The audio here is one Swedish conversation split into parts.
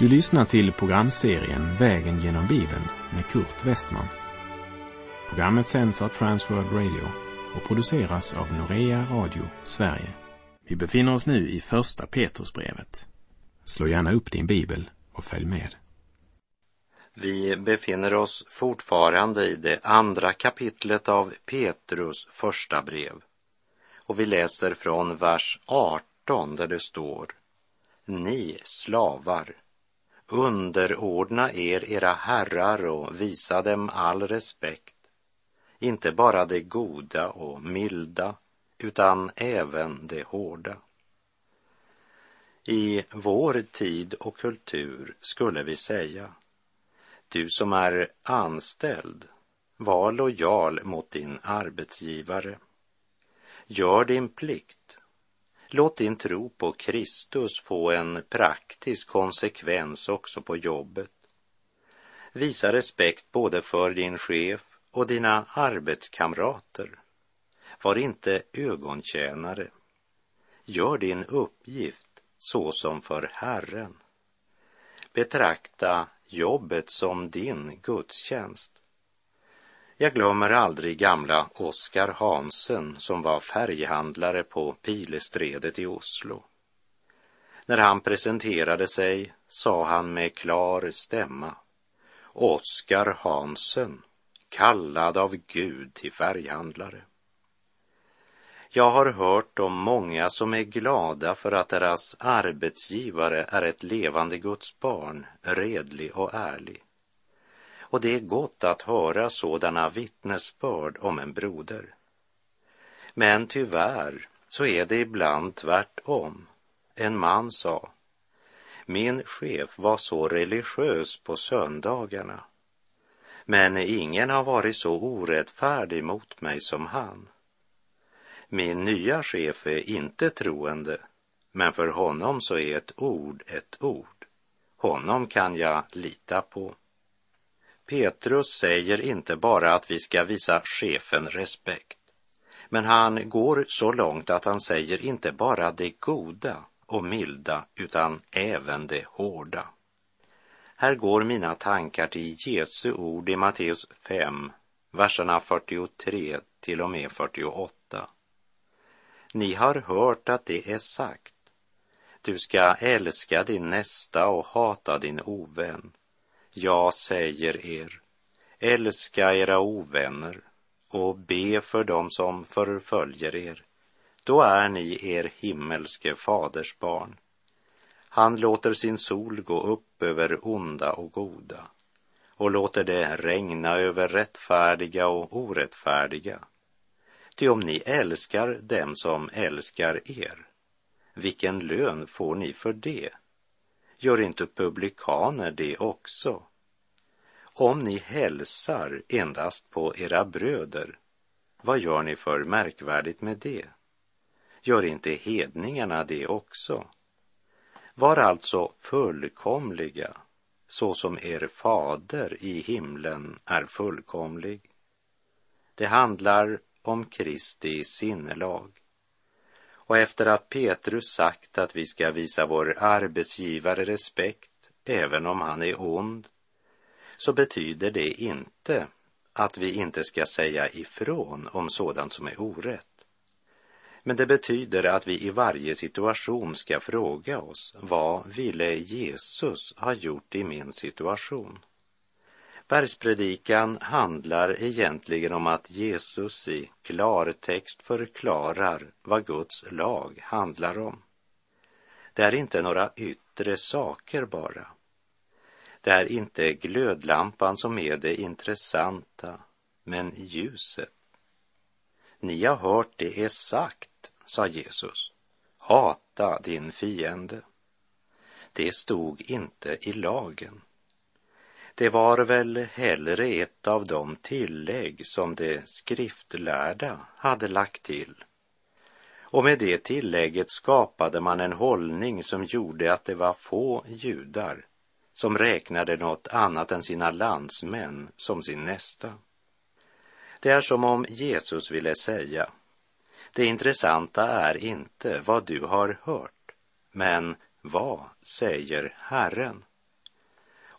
Du lyssnar till programserien Vägen genom Bibeln med Kurt Westman. Programmet sänds av Transworld Radio och produceras av Norea Radio Sverige. Vi befinner oss nu i första Petrusbrevet. Slå gärna upp din bibel och följ med. Vi befinner oss fortfarande i det andra kapitlet av Petrus första brev. Och vi läser från vers 18 där det står: Ni slavar, underordna era herrar och visa dem all respekt, inte bara det goda och milda, utan även det hårda. I vår tid och kultur skulle vi säga: du som är anställd, var lojal mot din arbetsgivare. Gör din plikt. Låt din tro på Kristus få en praktisk konsekvens också på jobbet. Visa respekt både för din chef och dina arbetskamrater. Var inte ögontjänare. Gör din uppgift så som för Herren. Betrakta jobbet som din gudstjänst. Jag glömmer aldrig gamla Oskar Hansen som var färghandlare på Pilestredet i Oslo. När han presenterade sig sa han med klar stämma: Oskar Hansen, kallad av Gud till färghandlare. Jag har hört om många som är glada för att deras arbetsgivare är ett levande Guds barn, redlig och ärlig. Och det är gott att höra sådana vittnesbörd om en broder. Men tyvärr så är det ibland tvärtom. En man sa: min chef var så religiös på söndagarna, men ingen har varit så orättfärdig mot mig som han. Min nya chef är inte troende, men för honom så är ett ord ett ord. Honom kan jag lita på. Petrus säger inte bara att vi ska visa chefen respekt, men han går så långt att han säger inte bara det goda och milda, utan även det hårda. Här går mina tankar till Jesu ord i Matteus 5, verserna 43 till och med 48. Ni har hört att det är sagt: du ska älska din nästa och hata din ovän. Jag säger er, älska era ovänner och be för dem som förföljer er. Då är ni er himmelske faders barn. Han låter sin sol gå upp över onda och goda och låter det regna över rättfärdiga och orättfärdiga. Ty om ni älskar dem som älskar er, vilken lön får ni för det? Gör inte publikaner det också? Om ni hälsar endast på era bröder, vad gör ni för märkvärdigt med det? Gör inte hedningarna det också? Var alltså fullkomliga, så som er fader i himlen är fullkomlig. Det handlar om Kristi sinnelag. Och efter att Petrus sagt att vi ska visa vår arbetsgivare respekt, även om han är ond, så betyder det inte att vi inte ska säga ifrån om sådant som är orätt. Men det betyder att vi i varje situation ska fråga oss: vad ville Jesus ha gjort i min situation? Bergspredikan handlar egentligen om att Jesus i klartext förklarar vad Guds lag handlar om. Det är inte några yttre saker bara. Det är inte glödlampan som är det intressanta, men ljuset. Ni har hört det är sagt, sa Jesus, hata din fiende. Det stod inte i lagen. Det var väl hellre ett av de tillägg som de skriftlärda hade lagt till. Och med det tillägget skapade man en hållning som gjorde att det var få judar som räknade något annat än sina landsmän som sin nästa. Det är som om Jesus ville säga: det intressanta är inte vad du har hört, men vad säger Herren?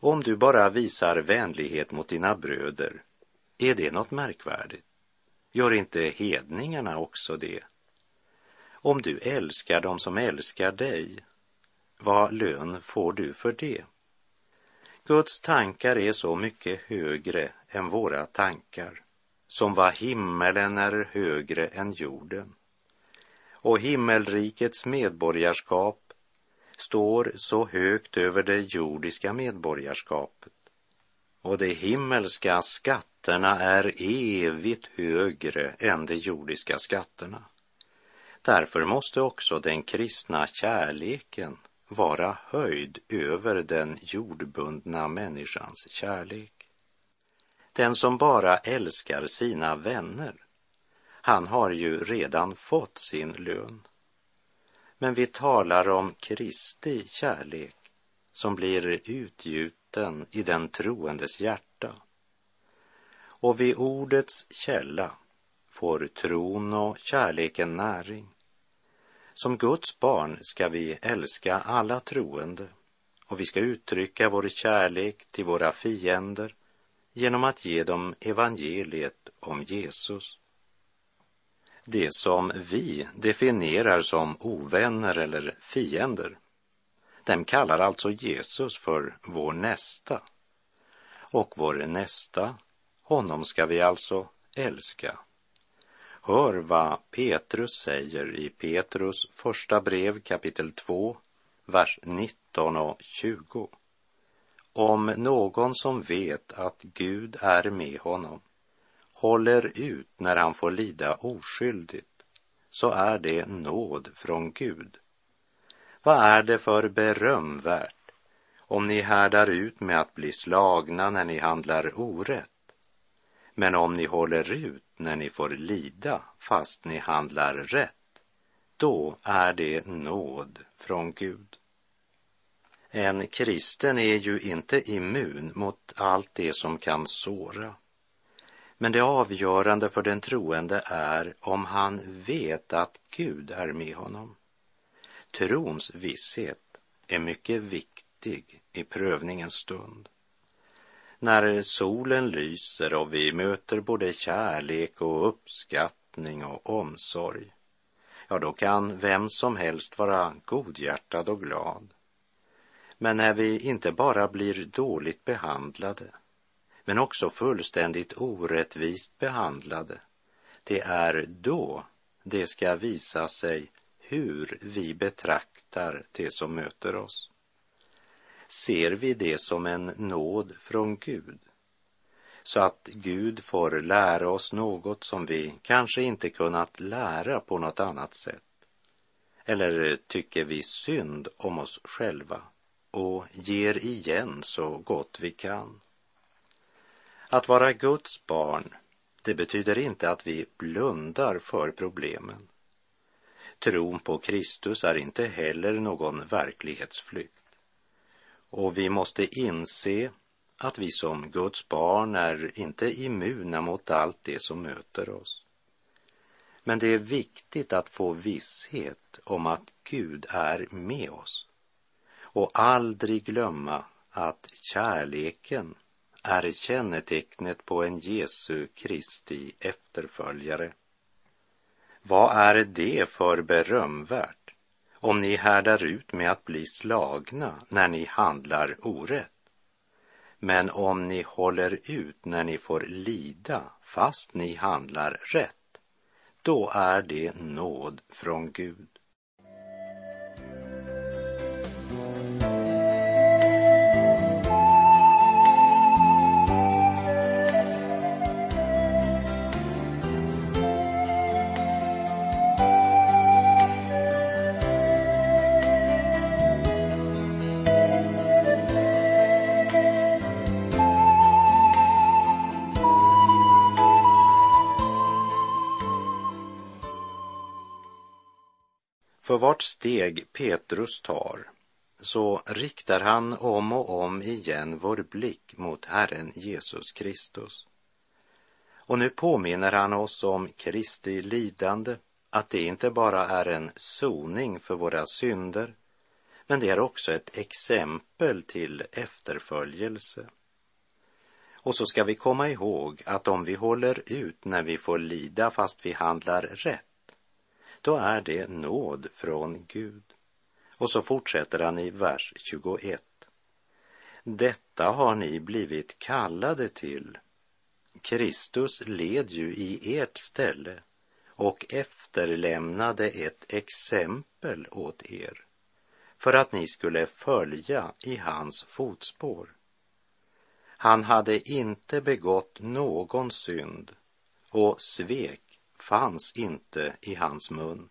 Om du bara visar vänlighet mot dina bröder, är det något märkvärdigt? Gör inte hedningarna också det? Om du älskar dem som älskar dig, vad lön får du för det? Guds tankar är så mycket högre än våra tankar, som vad himmelen är högre än jorden. Och himmelrikets medborgarskap står så högt över det jordiska medborgarskapet. Och de himmelska skatterna är evigt högre än de jordiska skatterna. Därför måste också den kristna kärleken vara höjd över den jordbundna människans kärlek. Den som bara älskar sina vänner, han har ju redan fått sin lön. Men vi talar om Kristi kärlek som blir utgjuten i den troendes hjärta. Och vid ordets källa får tron och kärleken näring. Som Guds barn ska vi älska alla troende, och vi ska uttrycka vår kärlek till våra fiender genom att ge dem evangeliet om Jesus. Det som vi definierar som ovänner eller fiender, dem kallar alltså Jesus för vår nästa. Och vår nästa, honom ska vi alltså älska. Hör vad Petrus säger i Petrus första brev kapitel 2, vers 19 och 20. Om någon som vet att Gud är med honom håller ut när han får lida oskyldigt, så är det nåd från Gud. Vad är det för berömvärt om ni härdar ut med att bli slagna när ni handlar orätt? Men om ni håller ut när ni får lida fast ni handlar rätt, då är det nåd från Gud. En kristen är ju inte immun mot allt det som kan såra. Men det avgörande för den troende är om han vet att Gud är med honom. Trons visshet är mycket viktig i prövningens stund. När solen lyser och vi möter både kärlek och uppskattning och omsorg, ja, då kan vem som helst vara godhjärtad och glad. Men när vi inte bara blir dåligt behandlade, men också fullständigt orättvist behandlade, det är då det ska visa sig hur vi betraktar det som möter oss. Ser vi det som en nåd från Gud, så att Gud får lära oss något som vi kanske inte kunnat lära på något annat sätt? Eller tycker vi synd om oss själva och ger igen så gott vi kan? Att vara Guds barn, det betyder inte att vi blundar för problemen. Tron på Kristus är inte heller någon verklighetsflykt. Och vi måste inse att vi som Guds barn är inte immuna mot allt det som möter oss. Men det är viktigt att få visshet om att Gud är med oss. Och aldrig glömma att kärleken är kännetecknet på en Jesu Kristi efterföljare. Vad är det för berömvärt om ni härdar ut med att bli slagna när ni handlar orätt? Men om ni håller ut när ni får lida fast ni handlar rätt, då är det nåd från Gud. För vart steg Petrus tar, så riktar han om och om igen vår blick mot Herren Jesus Kristus. Och nu påminner han oss om Kristi lidande, att det inte bara är en soning för våra synder, men det är också ett exempel till efterföljelse. Och så ska vi komma ihåg att om vi håller ut när vi får lida fast vi handlar rätt, då är det nåd från Gud. Och så fortsätter han i vers 21. Detta har ni blivit kallade till. Kristus led ju i ert ställe och efterlämnade ett exempel åt er, för att ni skulle följa i hans fotspår. Han hade inte begått någon synd, och svek fanns inte i hans mun.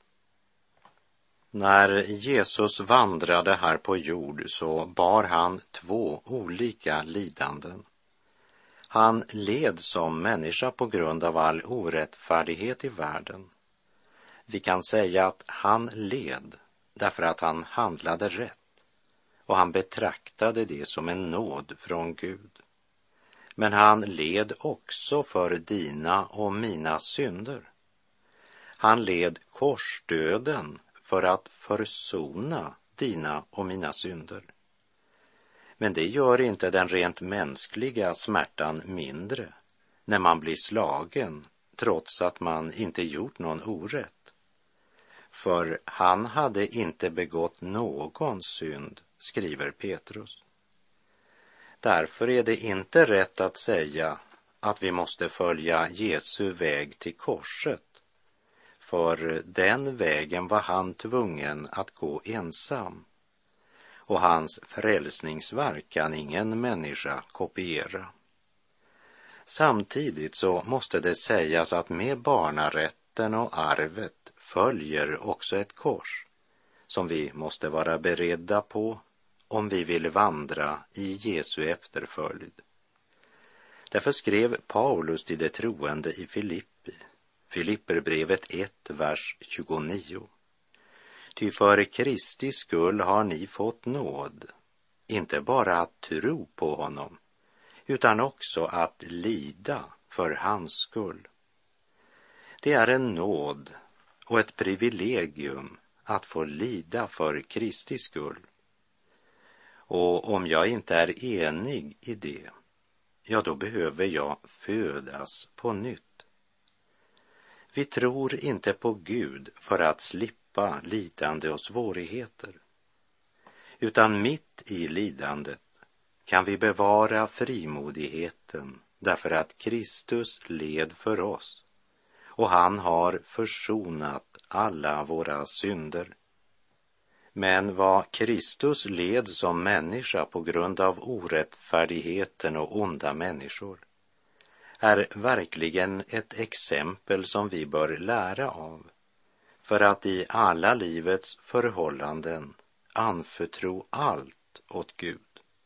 När Jesus vandrade här på jord så bar han 2 olika lidanden. Han led som människa på grund av all orättfärdighet i världen. Vi kan säga att han led därför att han handlade rätt, och han betraktade det som en nåd från Gud. Men han led också för dina och mina synder. Han led korsdöden för att försona dina och mina synder. Men det gör inte den rent mänskliga smärtan mindre när man blir slagen trots att man inte gjort någon orätt. För han hade inte begått någon synd, skriver Petrus. Därför är det inte rätt att säga att vi måste följa Jesu väg till korset. För den vägen var han tvungen att gå ensam. Och hans frälsningsverk kan ingen människa kopiera. Samtidigt så måste det sägas att med barnarätten och arvet följer också ett kors som vi måste vara beredda på om vi vill vandra i Jesu efterföljd. Därför skrev Paulus till de troende i Filipperbrevet 1, vers 29. Ty för Kristi skull har ni fått nåd, inte bara att tro på honom, utan också att lida för hans skull. Det är en nåd och ett privilegium att få lida för Kristi skull. Och om jag inte är enig i det, ja, då behöver jag födas på nytt. Vi tror inte på Gud för att slippa lidande och svårigheter, utan mitt i lidandet kan vi bevara frimodigheten därför att Kristus led för oss och han har försonat alla våra synder. Men vad Kristus led som människa på grund av orättfärdigheten och onda människor är verkligen ett exempel som vi bör lära av för att i alla livets förhållanden anförtro allt åt Gud.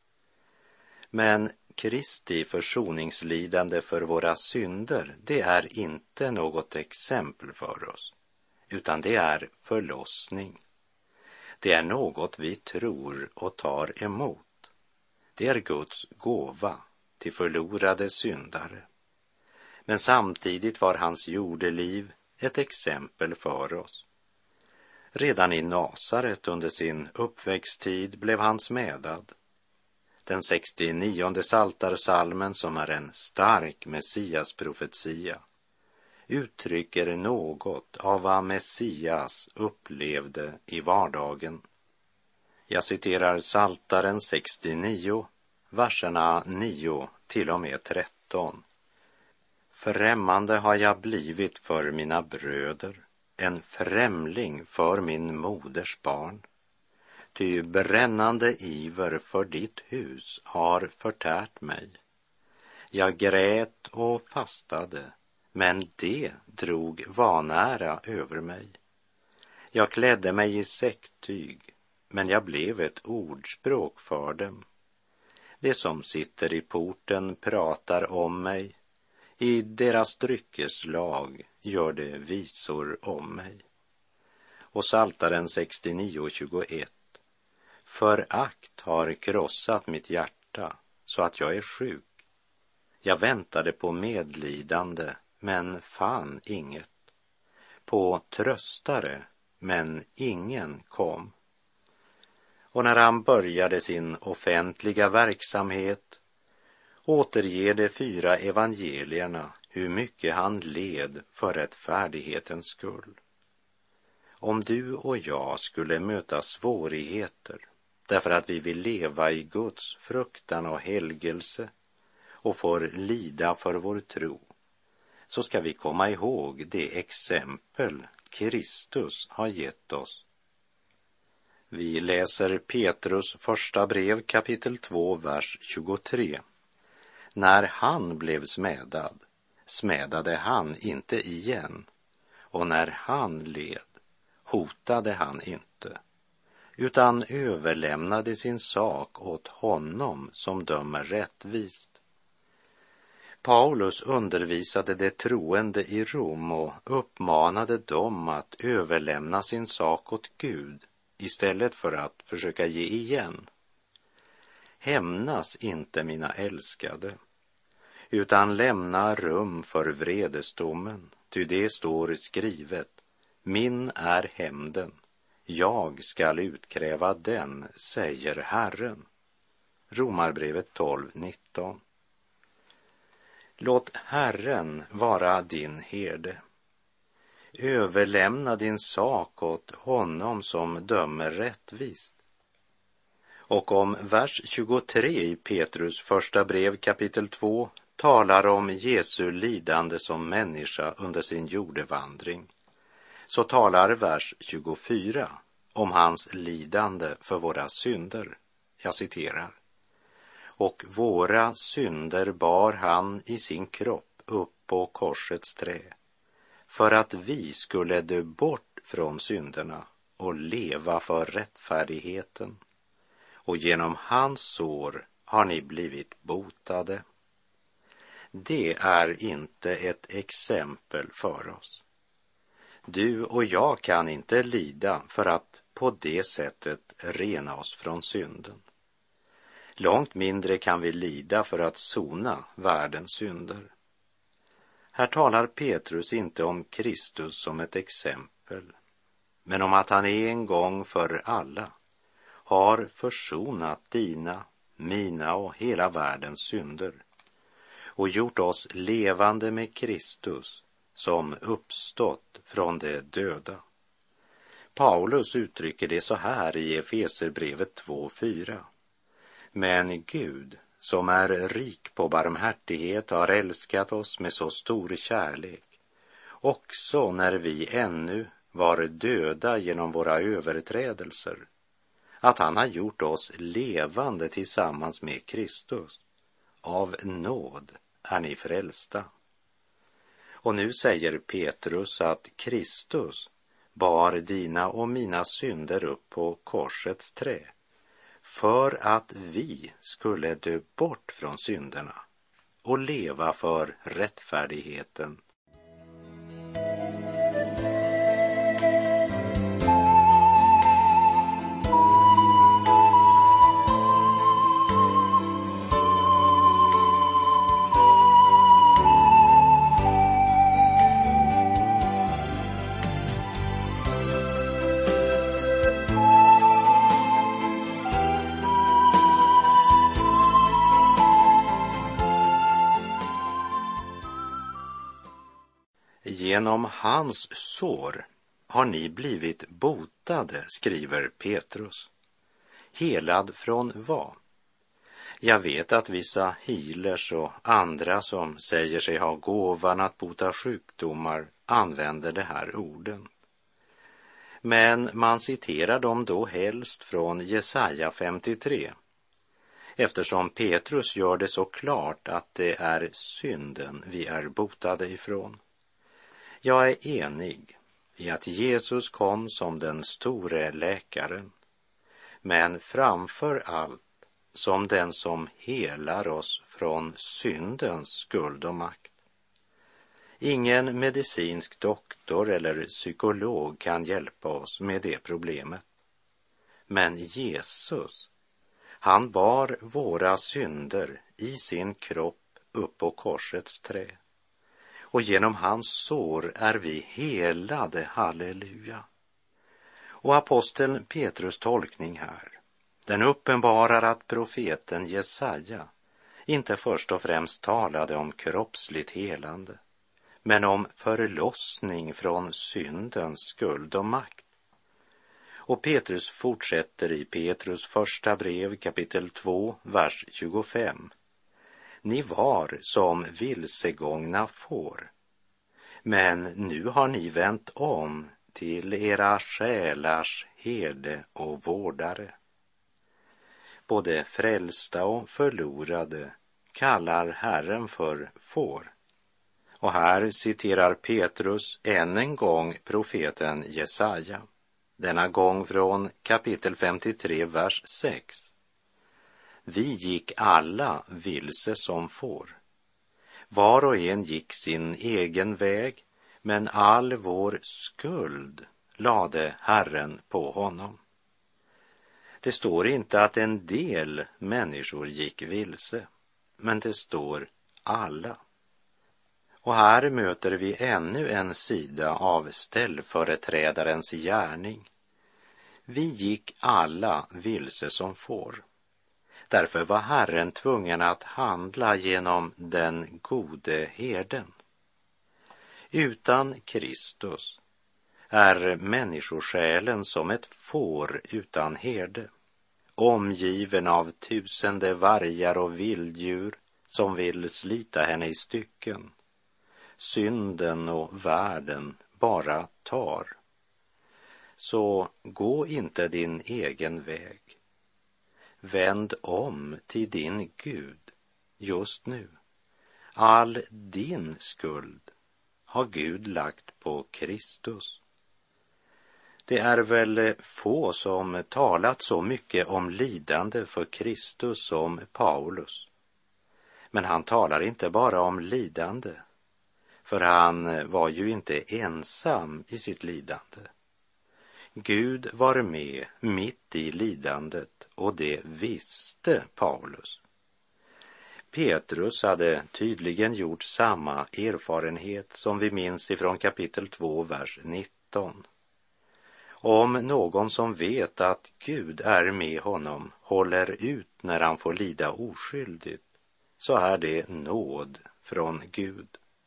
Men Kristi försoningslidande för våra synder, det är inte något exempel för oss, utan det är förlossning. Det är något vi tror och tar emot. Det är Guds gåva till förlorade syndare. Men samtidigt var hans jordeliv ett exempel för oss. Redan i Nasaret under sin uppväxttid blev han smedad. Den 69:e psaltarpsalmen, som är en stark Messias-profetia, uttrycker något av vad Messias upplevde i vardagen. Jag citerar Psaltaren 69, verserna 9 till och med 13. Främmande har jag blivit för mina bröder, en främling för min moders barn. Ty brännande iver för ditt hus har förtärt mig. Jag grät och fastade, men det drog vanära över mig. Jag klädde mig i säcktyg, men jag blev ett ordspråk för dem. Det som sitter i porten pratar om mig, i deras dryckeslag gör det visor om mig. Och Psaltaren 69:21. Förakt har krossat mitt hjärta så att jag är sjuk. Jag väntade på medlidande, men fann inget. På tröstare, men ingen kom. och när han började sin offentliga verksamhet återger de 4 evangelierna hur mycket han led för rättfärdighetens skull. Om du och jag skulle möta svårigheter därför att vi vill leva i Guds fruktan och helgelse och får lida för vår tro, så ska vi komma ihåg det exempel Kristus har gett oss. Vi läser Petrus första brev kapitel 2, vers 23. När han blev smädad, smädade han inte igen, och när han led, hotade han inte, utan överlämnade sin sak åt honom som dömer rättvist. Paulus undervisade de troende i Rom och uppmanade dem att överlämna sin sak åt Gud istället för att försöka ge igen. Hämnas inte, mina älskade, utan lämna rum för vredesdomen, ty det står skrivet: min är hämnden, jag skall utkräva den, säger Herren. Romarbrevet 12:19. Låt Herren vara din herde. Överlämna din sak åt honom som dömer rättvist. Och om vers 23 i Petrus första brev kapitel 2 talar om Jesu lidande som människa under sin jordevandring, så talar vers 24 om hans lidande för våra synder. Jag citerar: och våra synder bar han i sin kropp upp på korsets trä, för att vi skulle dö bort från synderna och leva för rättfärdigheten. Och genom hans sår har ni blivit botade. Det är inte ett exempel för oss. Du och jag kan inte lida för att på det sättet rena oss från synden. Långt mindre kan vi lida för att sona världens synder. Här talar Petrus inte om Kristus som ett exempel, men om att han en gång för alla har försonat dina, mina och hela världens synder och gjort oss levande med Kristus som uppstått från de döda. Paulus uttrycker det så här i Efeserbrevet 2:4. Men Gud, som är rik på barmhärtighet, har älskat oss med så stor kärlek, också när vi ännu var döda genom våra överträdelser, att han har gjort oss levande tillsammans med Kristus. Av nåd är ni frälsta. Och nu säger Petrus att Kristus bar dina och mina synder upp på korsets trä, för att vi skulle dö bort från synderna och leva för rättfärdigheten. Genom hans sår har ni blivit botade, skriver Petrus. Helad från vad? Jag vet att vissa healers och andra som säger sig ha gåvan att bota sjukdomar använder de här orden. Men man citerar dem då helst från Jesaja 53, eftersom Petrus gör det så klart att det är synden vi är botade ifrån. Jag är enig i att Jesus kom som den store läkaren, men framför allt som den som helar oss från syndens skuld och makt. Ingen medicinsk doktor eller psykolog kan hjälpa oss med det problemet. Men Jesus, han bar våra synder i sin kropp upp på korsets trä. Och genom hans sår är vi helade, halleluja. Och aposteln Petrus tolkning här Den uppenbarar att profeten Jesaja inte först och främst talade om kroppsligt helande, men om förlossning från syndens skuld och makt. Och Petrus fortsätter i Petrus första brev kapitel 2, vers 25. Ni var som vilsegångna får, men nu har ni vänt om till era själars herde och vårdare. Både frälsta och förlorade kallar Herren för får. Och här citerar Petrus än en gång profeten Jesaja, denna gång från kapitel 53, vers 6. Vi gick alla vilse som får. Var och en gick sin egen väg, men all vår skuld lade Herren på honom. Det står inte att en del människor gick vilse, men det står alla. Och här möter vi ännu en sida av ställföreträdarens gärning. Vi gick alla vilse som får. Därför var Herren tvungen att handla genom den gode herden. Utan Kristus är människosjälen som ett får utan herde, omgiven av tusende vargar och vilddjur som vill slita henne i stycken. Synden och världen bara tar. Så gå inte din egen väg. Vänd om till din Gud just nu. All din skuld har Gud lagt på Kristus. Det är väl få som talat så mycket om lidande för Kristus som Paulus. Men han talar inte bara om lidande, för han var ju inte ensam i sitt lidande. Gud var med mitt i lidandet, och det visste Paulus. Petrus hade tydligen gjort samma erfarenhet som vi minns ifrån kapitel 2, vers 19. Om någon som vet att Gud är med honom håller ut när han får lida oskyldigt, så är det nåd från Gud.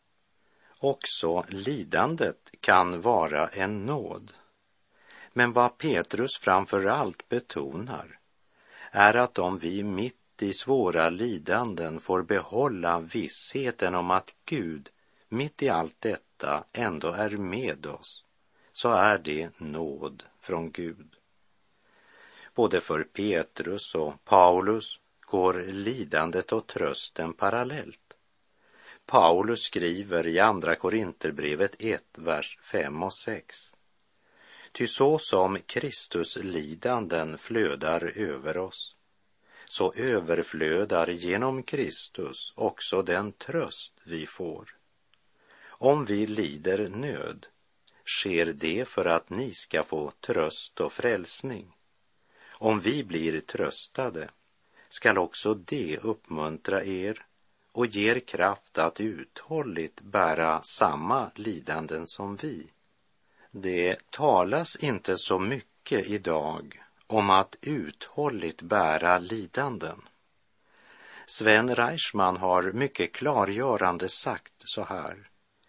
Också lidandet kan vara en nåd. Men vad Petrus framför allt betonar är att om vi mitt i svåra lidanden får behålla vissheten om att Gud mitt i allt detta ändå är med oss, så är det nåd från Gud. Både för Petrus och Paulus går lidandet och trösten parallellt. Paulus skriver i andra Korinterbrevet 1, vers 5 och 6. Ty så som Kristus lidanden flödar över oss, så överflödar genom Kristus också den tröst vi får. Om vi lider nöd, sker det för att ni ska få tröst och frälsning. Om vi blir tröstade, skall också det uppmuntra er och ger kraft att uthålligt bära samma lidanden som vi. Det talas inte så mycket idag om att uthålligt bära lidanden. Sven Reichman har mycket klargörande sagt så här.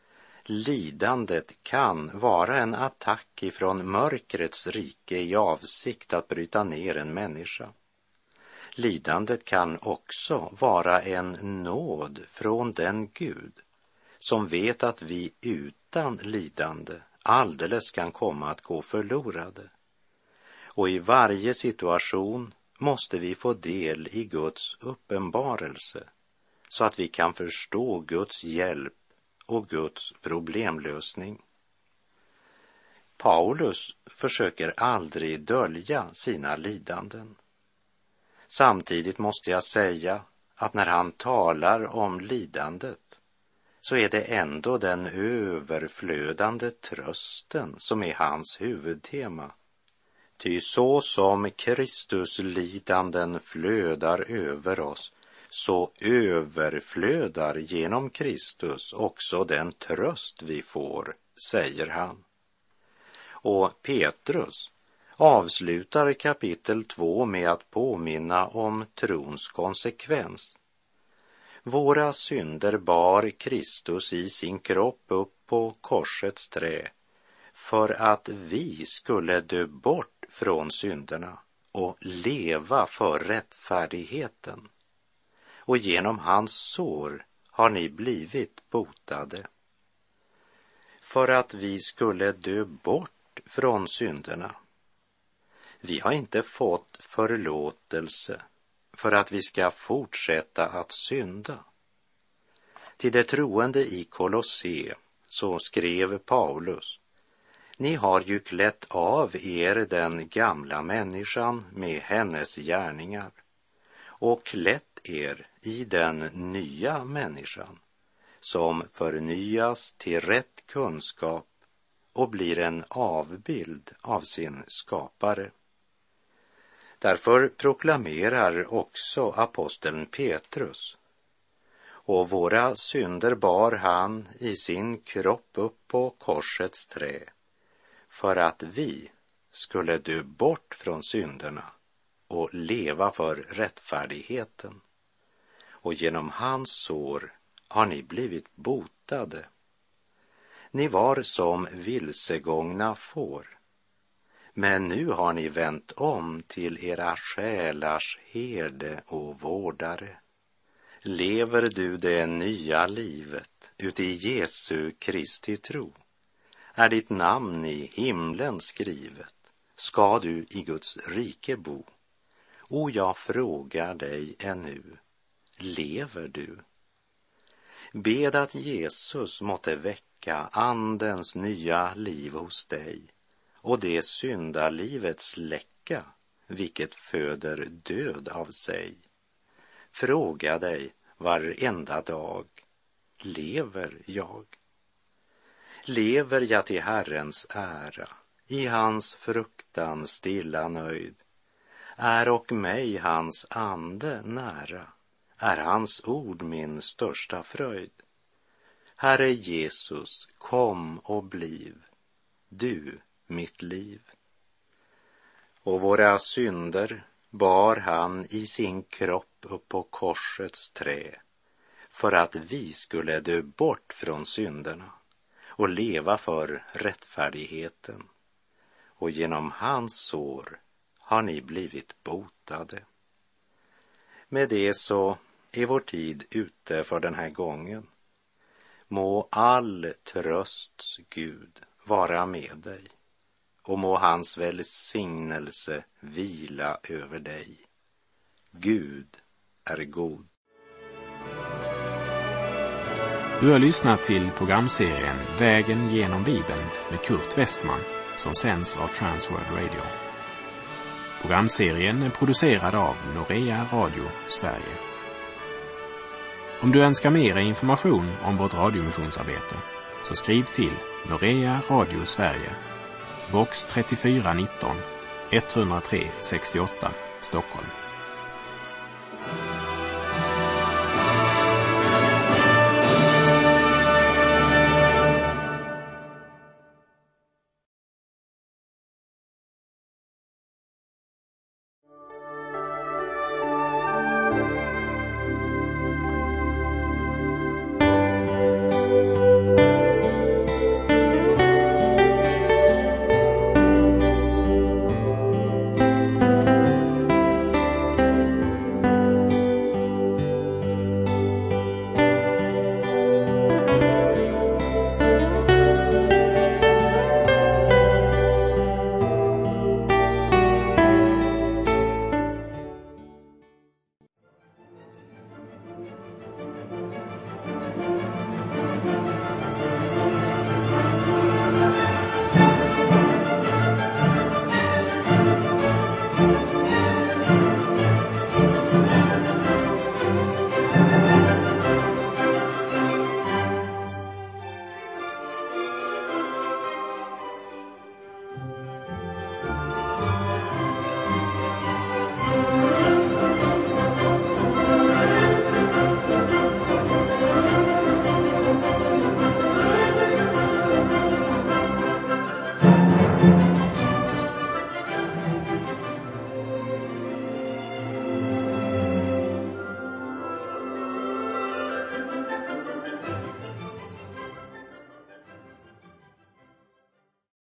Lidandet kan vara en attack ifrån mörkrets rike i avsikt att bryta ner en människa. Lidandet kan också vara en nåd från den Gud som vet att vi utan lidande alldeles kan komma att gå förlorade. Och i varje situation måste vi få del i Guds uppenbarelse så att vi kan förstå Guds hjälp och Guds problemlösning. Paulus försöker aldrig dölja sina lidanden. Samtidigt måste jag säga att när han talar om lidandet så är det ändå den överflödande trösten som är hans huvudtema. Ty så som Kristus lidanden flödar över oss, så överflödar genom Kristus också den tröst vi får, säger han. Och Petrus avslutar kapitel 2 med att påminna om trons konsekvens. Våra synder bar Kristus i sin kropp upp på korsets trä för att vi skulle dö bort från synderna och leva för rättfärdigheten. Och genom hans sår har ni blivit botade. För att vi skulle dö bort från synderna. Vi har inte fått förlåtelse för att vi ska fortsätta att synda. Till det troende i Kolosse så skrev Paulus: ni har ju klätt av er den gamla människan med hennes gärningar och klätt er i den nya människan som förnyas till rätt kunskap och blir en avbild av sin skapare. Därför proklamerar också aposteln Petrus: och våra synder bar han i sin kropp upp på korsets trä för att vi skulle dö bort från synderna och leva för rättfärdigheten. Och genom hans sår har ni blivit botade. Ni var som vilsegångna får, men nu har ni vänt om till era själars herde och vårdare. Lever du det nya livet uti Jesu Kristi tro? Är ditt namn i himlen skrivet? Ska du i Guds rike bo? Och jag frågar dig ännu, lever du? Bed att Jesus måtte väcka andens nya liv hos dig och det syndalivet släcka, vilket föder död av sig. Fråga dig varenda dag, lever jag? Lever jag till Herrens ära, i hans fruktan stilla nöjd? Är och mig hans ande nära, är hans ord min största fröjd. Herre Jesus, kom och bliv, du mitt liv. Och våra synder bar han i sin kropp upp på korsets trä för att vi skulle dö bort från synderna och leva för rättfärdigheten. Och genom hans sår har ni blivit botade. Med det så är vår tid ute för den här gången. Må all trösts Gud vara med dig och må hans välsignelse vila över dig. Gud är god. Du har lyssnat till programserien Vägen genom Bibeln med Kurt Westman som sänds av Transworld Radio. Programserien är producerad av Norea Radio Sverige. Om du önskar mer information om vårt radiomissionsarbete så skriv till Norea Radio Sverige, box 3419 103 68 Stockholm.